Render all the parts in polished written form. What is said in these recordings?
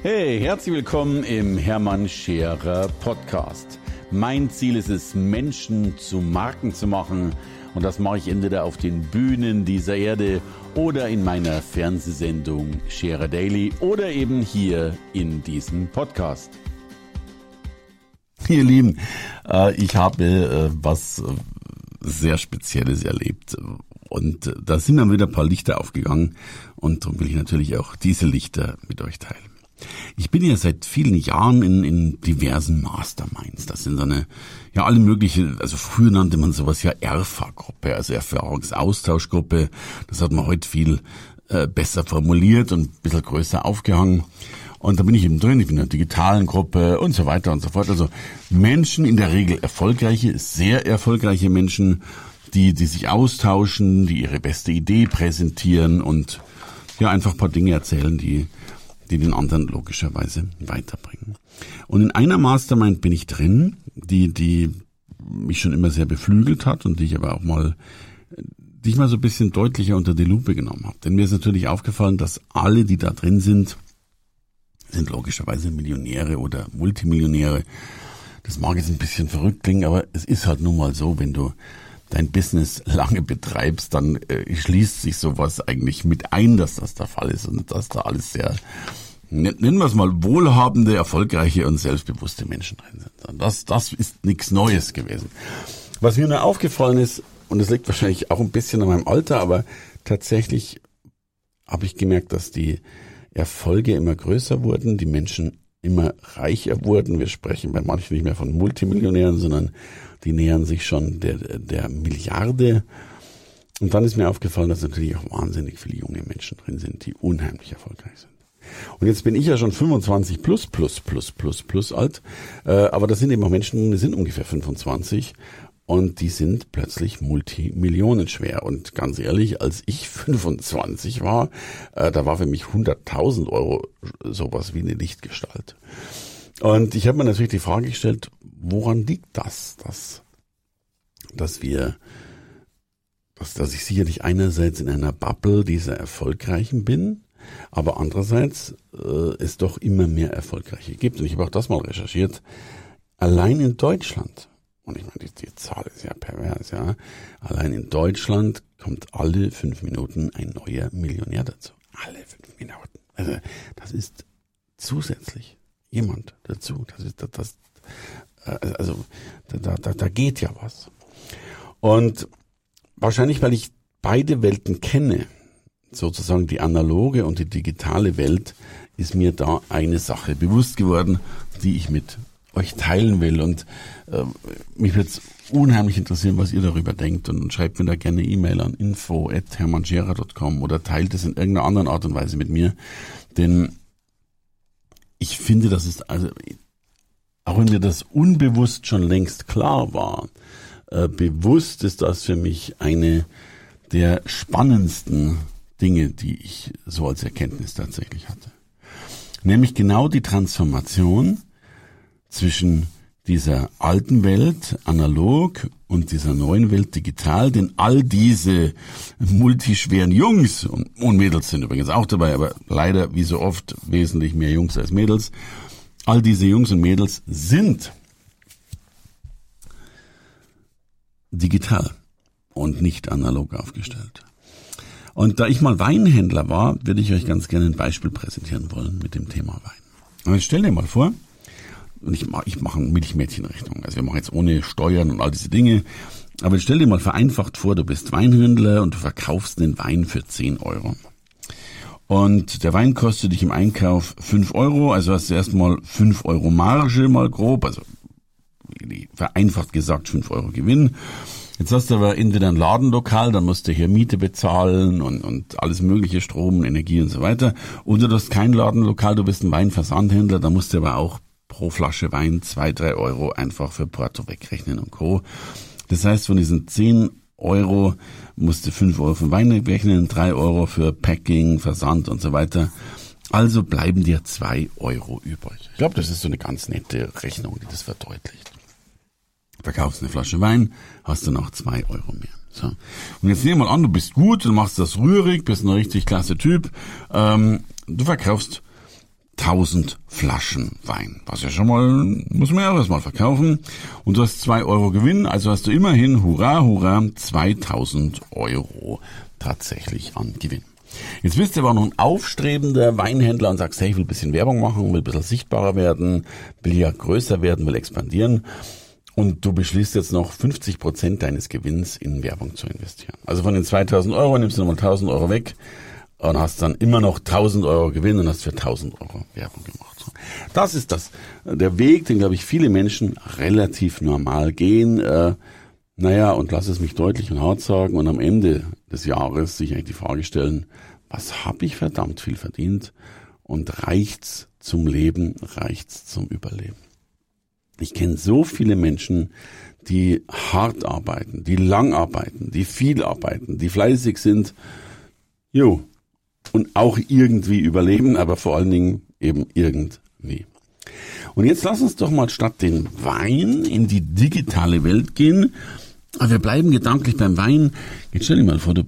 Hey, herzlich willkommen im Hermann Scherer Podcast. Mein Ziel ist es, Menschen zu Marken zu machen. Und das mache ich entweder auf den Bühnen dieser Erde oder in meiner Fernsehsendung Scherer Daily oder eben hier in diesem Podcast. Ihr Lieben, ich habe was sehr Spezielles erlebt und da sind mir wieder ein paar Lichter aufgegangen und darum will ich natürlich auch diese Lichter mit euch teilen. Ich bin ja seit vielen Jahren in diversen Masterminds. Das sind so eine, ja, alle mögliche, also früher nannte man sowas ja ERFA-Gruppe, also Erfahrungsaustauschgruppe. Das hat man heute viel besser formuliert und ein bisschen größer aufgehangen. Und da bin ich eben drin, ich bin in einer digitalen Gruppe und so weiter und so fort. Also Menschen, in der Regel erfolgreiche, sehr erfolgreiche Menschen, die sich austauschen, die ihre beste Idee präsentieren und ja einfach ein paar Dinge erzählen, die den anderen logischerweise weiterbringen. Und in einer Mastermind bin ich drin, die mich schon immer sehr beflügelt hat und die ich aber auch mal so ein bisschen deutlicher unter die Lupe genommen habe. Denn mir ist natürlich aufgefallen, dass alle, die da drin sind logischerweise Millionäre oder Multimillionäre. Das mag jetzt ein bisschen verrückt klingen, aber es ist halt nun mal so, wenn du dein Business lange betreibst, dann schließt sich sowas eigentlich mit ein, dass das der Fall ist und dass da alles sehr, nennen wir es mal, wohlhabende, erfolgreiche und selbstbewusste Menschen drin sind. Das ist nichts Neues gewesen. Was mir nur aufgefallen ist, und das liegt wahrscheinlich auch ein bisschen an meinem Alter, aber tatsächlich habe ich gemerkt, dass die Erfolge immer größer wurden, die Menschen immer reicher wurden. Wir sprechen bei manchen nicht mehr von Multimillionären, sondern die nähern sich schon der Milliarde. Und dann ist mir aufgefallen, dass natürlich auch wahnsinnig viele junge Menschen drin sind, die unheimlich erfolgreich sind. Und jetzt bin ich ja schon 25 plus alt, aber das sind eben auch Menschen, die sind ungefähr 25 und die sind plötzlich Multimillionen schwer. Und ganz ehrlich, als ich 25 war, da war für mich 100.000 Euro sowas wie eine Lichtgestalt. Und ich habe mir natürlich die Frage gestellt, woran liegt das, dass ich sicherlich einerseits in einer Bubble dieser Erfolgreichen bin, aber andererseits es doch immer mehr Erfolgreiche gibt. Und ich habe auch das mal recherchiert. Allein in Deutschland, und ich meine, die Zahl ist ja pervers, ja, allein in Deutschland kommt alle 5 Minuten ein neuer Millionär dazu. Alle 5 Minuten. Also das ist zusätzlich jemand dazu. Da geht ja was. Und wahrscheinlich, weil ich beide Welten kenne, sozusagen die analoge und die digitale Welt, ist mir da eine Sache bewusst geworden, die ich mit euch teilen will. Und mich würde es unheimlich interessieren, was ihr darüber denkt. Und schreibt mir da gerne E-Mail an info@hermannscherer.com oder teilt es in irgendeiner anderen Art und Weise mit mir. Denn ich finde, das ist, also auch wenn mir das unbewusst schon längst klar war, bewusst ist das für mich eine der spannendsten Dinge, die ich so als Erkenntnis tatsächlich hatte. Nämlich genau die Transformation zwischen dieser alten Welt, analog, und dieser neuen Welt, digital, denn all diese multischweren Jungs und Mädels sind übrigens auch dabei, aber leider wie so oft wesentlich mehr Jungs als Mädels, all diese Jungs und Mädels sind digital und nicht analog aufgestellt. Und da ich mal Weinhändler war, würde ich euch ganz gerne ein Beispiel präsentieren wollen mit dem Thema Wein. Und jetzt stell dir mal vor, und ich mache eine Milchmädchenrechnung, also wir machen jetzt ohne Steuern und all diese Dinge, aber stell dir mal vereinfacht vor, du bist Weinhändler und du verkaufst den Wein für 10 Euro. Und der Wein kostet dich im Einkauf 5 Euro, also hast du erstmal 5 Euro Marge mal grob, also vereinfacht gesagt 5 Euro Gewinn. Jetzt hast du aber entweder ein Ladenlokal, dann musst du hier Miete bezahlen und alles mögliche, Strom, Energie und so weiter. Oder du hast kein Ladenlokal, du bist ein Weinversandhändler, da musst du aber auch pro Flasche Wein 2-3 Euro einfach für Porto wegrechnen und Co. Das heißt, von diesen 10 Euro musst du 5 Euro für Wein wegrechnen, 3 Euro für Packing, Versand und so weiter. Also bleiben dir 2 Euro übrig. Ich glaube, das ist so eine ganz nette Rechnung, die das verdeutlicht. Verkaufst eine Flasche Wein, hast du noch 2 Euro mehr. So. Und jetzt nehmen wir mal an, du bist gut, du machst das rührig, bist ein richtig klasse Typ. Du verkaufst 1000 Flaschen Wein. Was ja schon mal, muss man ja auch erstmal verkaufen. Und du hast 2 Euro Gewinn, also hast du immerhin, hurra, hurra, 2000 Euro tatsächlich an Gewinn. Jetzt bist du aber noch ein aufstrebender Weinhändler und sagst, hey, ich will ein bisschen Werbung machen, will ein bisschen sichtbarer werden, will ja größer werden, will expandieren. Und du beschließt jetzt noch 50% deines Gewinns in Werbung zu investieren. Also von den 2000 Euro nimmst du nochmal 1000 Euro weg und hast dann immer noch 1000 Euro Gewinn und hast für 1000 Euro Werbung gemacht. Das ist der Weg, den, glaube ich, viele Menschen relativ normal gehen. Und lass es mich deutlich und hart sagen und am Ende des Jahres sich eigentlich die Frage stellen, was habe ich verdammt viel verdient und reicht's zum Leben, reicht's zum Überleben? Ich kenne so viele Menschen, die hart arbeiten, die lang arbeiten, die viel arbeiten, die fleißig sind, und auch irgendwie überleben, aber vor allen Dingen eben irgendwie. Und jetzt lass uns doch mal statt den Wein in die digitale Welt gehen. Aber wir bleiben gedanklich beim Wein. Jetzt stell dir mal vor, du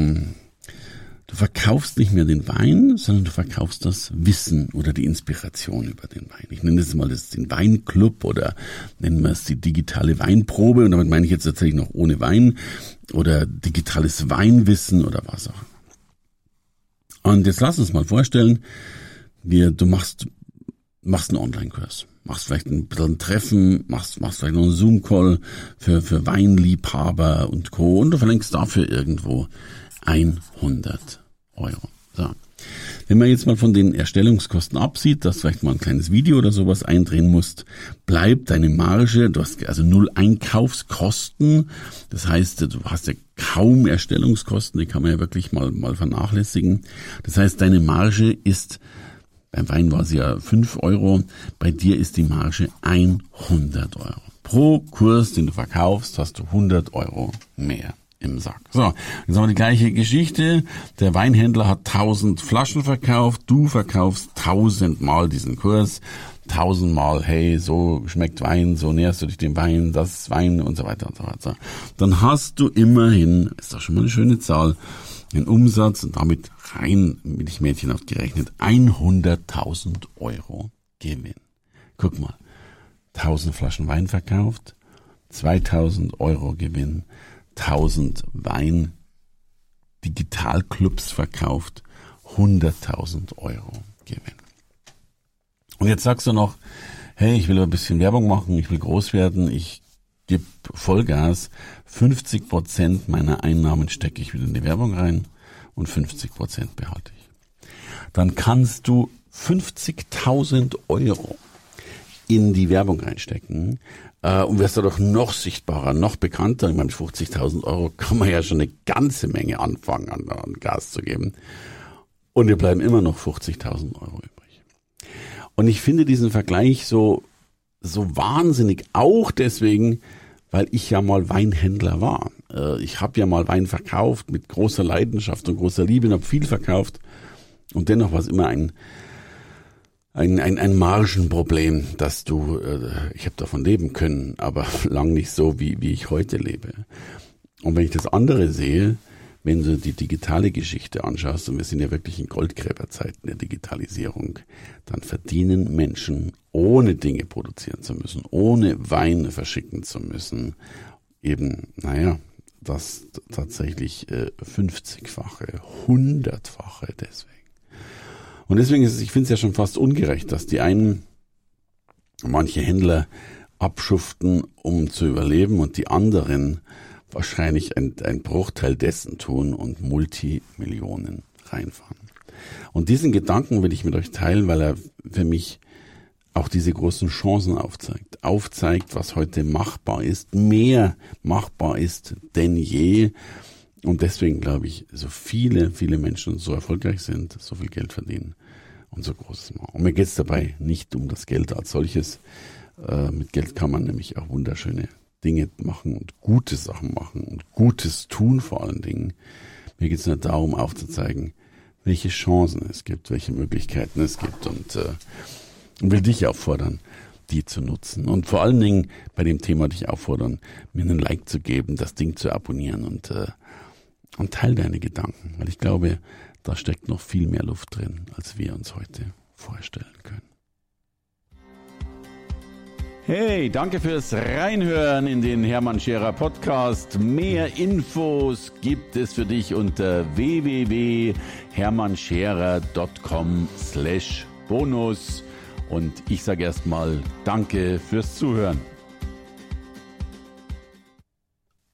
verkaufst nicht mehr den Wein, sondern du verkaufst das Wissen oder die Inspiration über den Wein. Ich nenne das mal den Weinclub oder nennen wir es die digitale Weinprobe. Und damit meine ich jetzt tatsächlich noch ohne Wein oder digitales Weinwissen oder was auch immer. Und jetzt lass uns mal vorstellen, du machst einen Online-Kurs. Machst vielleicht ein bisschen ein Treffen, machst vielleicht noch einen Zoom-Call für Weinliebhaber und Co. Und du verlängst dafür irgendwo 100 Euro. So. Wenn man jetzt mal von den Erstellungskosten absieht, dass du vielleicht mal ein kleines Video oder sowas eindrehen musst, bleibt deine Marge, du hast also 0 Einkaufskosten. Das heißt, du hast ja kaum Erstellungskosten, die kann man ja wirklich mal vernachlässigen. Das heißt, deine Marge ist, beim Wein war es ja 5 Euro, bei dir ist die Marge 100 Euro. Pro Kurs, den du verkaufst, hast du 100 Euro mehr im Sack. So, jetzt haben wir die gleiche Geschichte. Der Weinhändler hat 1000 Flaschen verkauft, du verkaufst 1000 Mal diesen Kurs, 1000 Mal, hey, so schmeckt Wein, so näherst du dich dem Wein, das ist Wein und so weiter und so weiter. Dann hast du immerhin, ist doch schon mal eine schöne Zahl, einen Umsatz und damit rein Milchmädchen ausgerechnet 100.000 Euro Gewinn. Guck mal, 1000 Flaschen Wein verkauft, 2000 Euro Gewinn, 1000 Wein-Digitalclubs verkauft, 100.000 Euro Gewinn. Und jetzt sagst du noch, hey, ich will ein bisschen Werbung machen, ich will groß werden, ich gebe Vollgas, 50% meiner Einnahmen stecke ich wieder in die Werbung rein und 50% behalte ich. Dann kannst du 50.000 Euro in die Werbung reinstecken und wirst dadurch noch sichtbarer, noch bekannter. Ich meine, mit 50.000 Euro kann man ja schon eine ganze Menge anfangen, an Gas zu geben. Und dir bleiben immer noch 50.000 Euro übrig. Und ich finde diesen Vergleich so wahnsinnig, auch deswegen, weil ich ja mal Weinhändler war. Ich habe ja mal Wein verkauft mit großer Leidenschaft und großer Liebe und habe viel verkauft. Und dennoch war es immer ein Margenproblem, dass ich habe davon leben können, aber lang nicht so, wie ich heute lebe. Und wenn ich das andere sehe, wenn du die digitale Geschichte anschaust, und wir sind ja wirklich in Goldgräberzeiten der Digitalisierung, dann verdienen Menschen, ohne Dinge produzieren zu müssen, ohne Wein verschicken zu müssen, eben, das tatsächlich 50-fache, 100-fache deswegen. Und deswegen ich finde es ja schon fast ungerecht, dass die einen, manche Händler abschuften, um zu überleben und die anderen wahrscheinlich ein Bruchteil dessen tun und Multimillionen reinfahren. Und diesen Gedanken will ich mit euch teilen, weil er für mich auch diese großen Chancen aufzeigt, was heute machbar ist, mehr machbar ist denn je. Und deswegen glaube ich, so viele Menschen so erfolgreich sind, so viel Geld verdienen und so Großes machen. Und mir geht es dabei nicht um das Geld als solches. Mit Geld kann man nämlich auch wunderschöne Dinge machen und gute Sachen machen und Gutes tun vor allen Dingen. Mir geht es nur darum aufzuzeigen, welche Chancen es gibt, welche Möglichkeiten es gibt und will dich auffordern, die zu nutzen. Und vor allen Dingen bei dem Thema dich auffordern, mir einen Like zu geben, das Ding zu abonnieren und teil deine Gedanken, weil ich glaube, da steckt noch viel mehr Luft drin, als wir uns heute vorstellen können. Hey, danke fürs Reinhören in den Hermann Scherer Podcast. Mehr Infos gibt es für dich unter www.hermannscherer.com/bonus. Und ich sage erstmal Danke fürs Zuhören.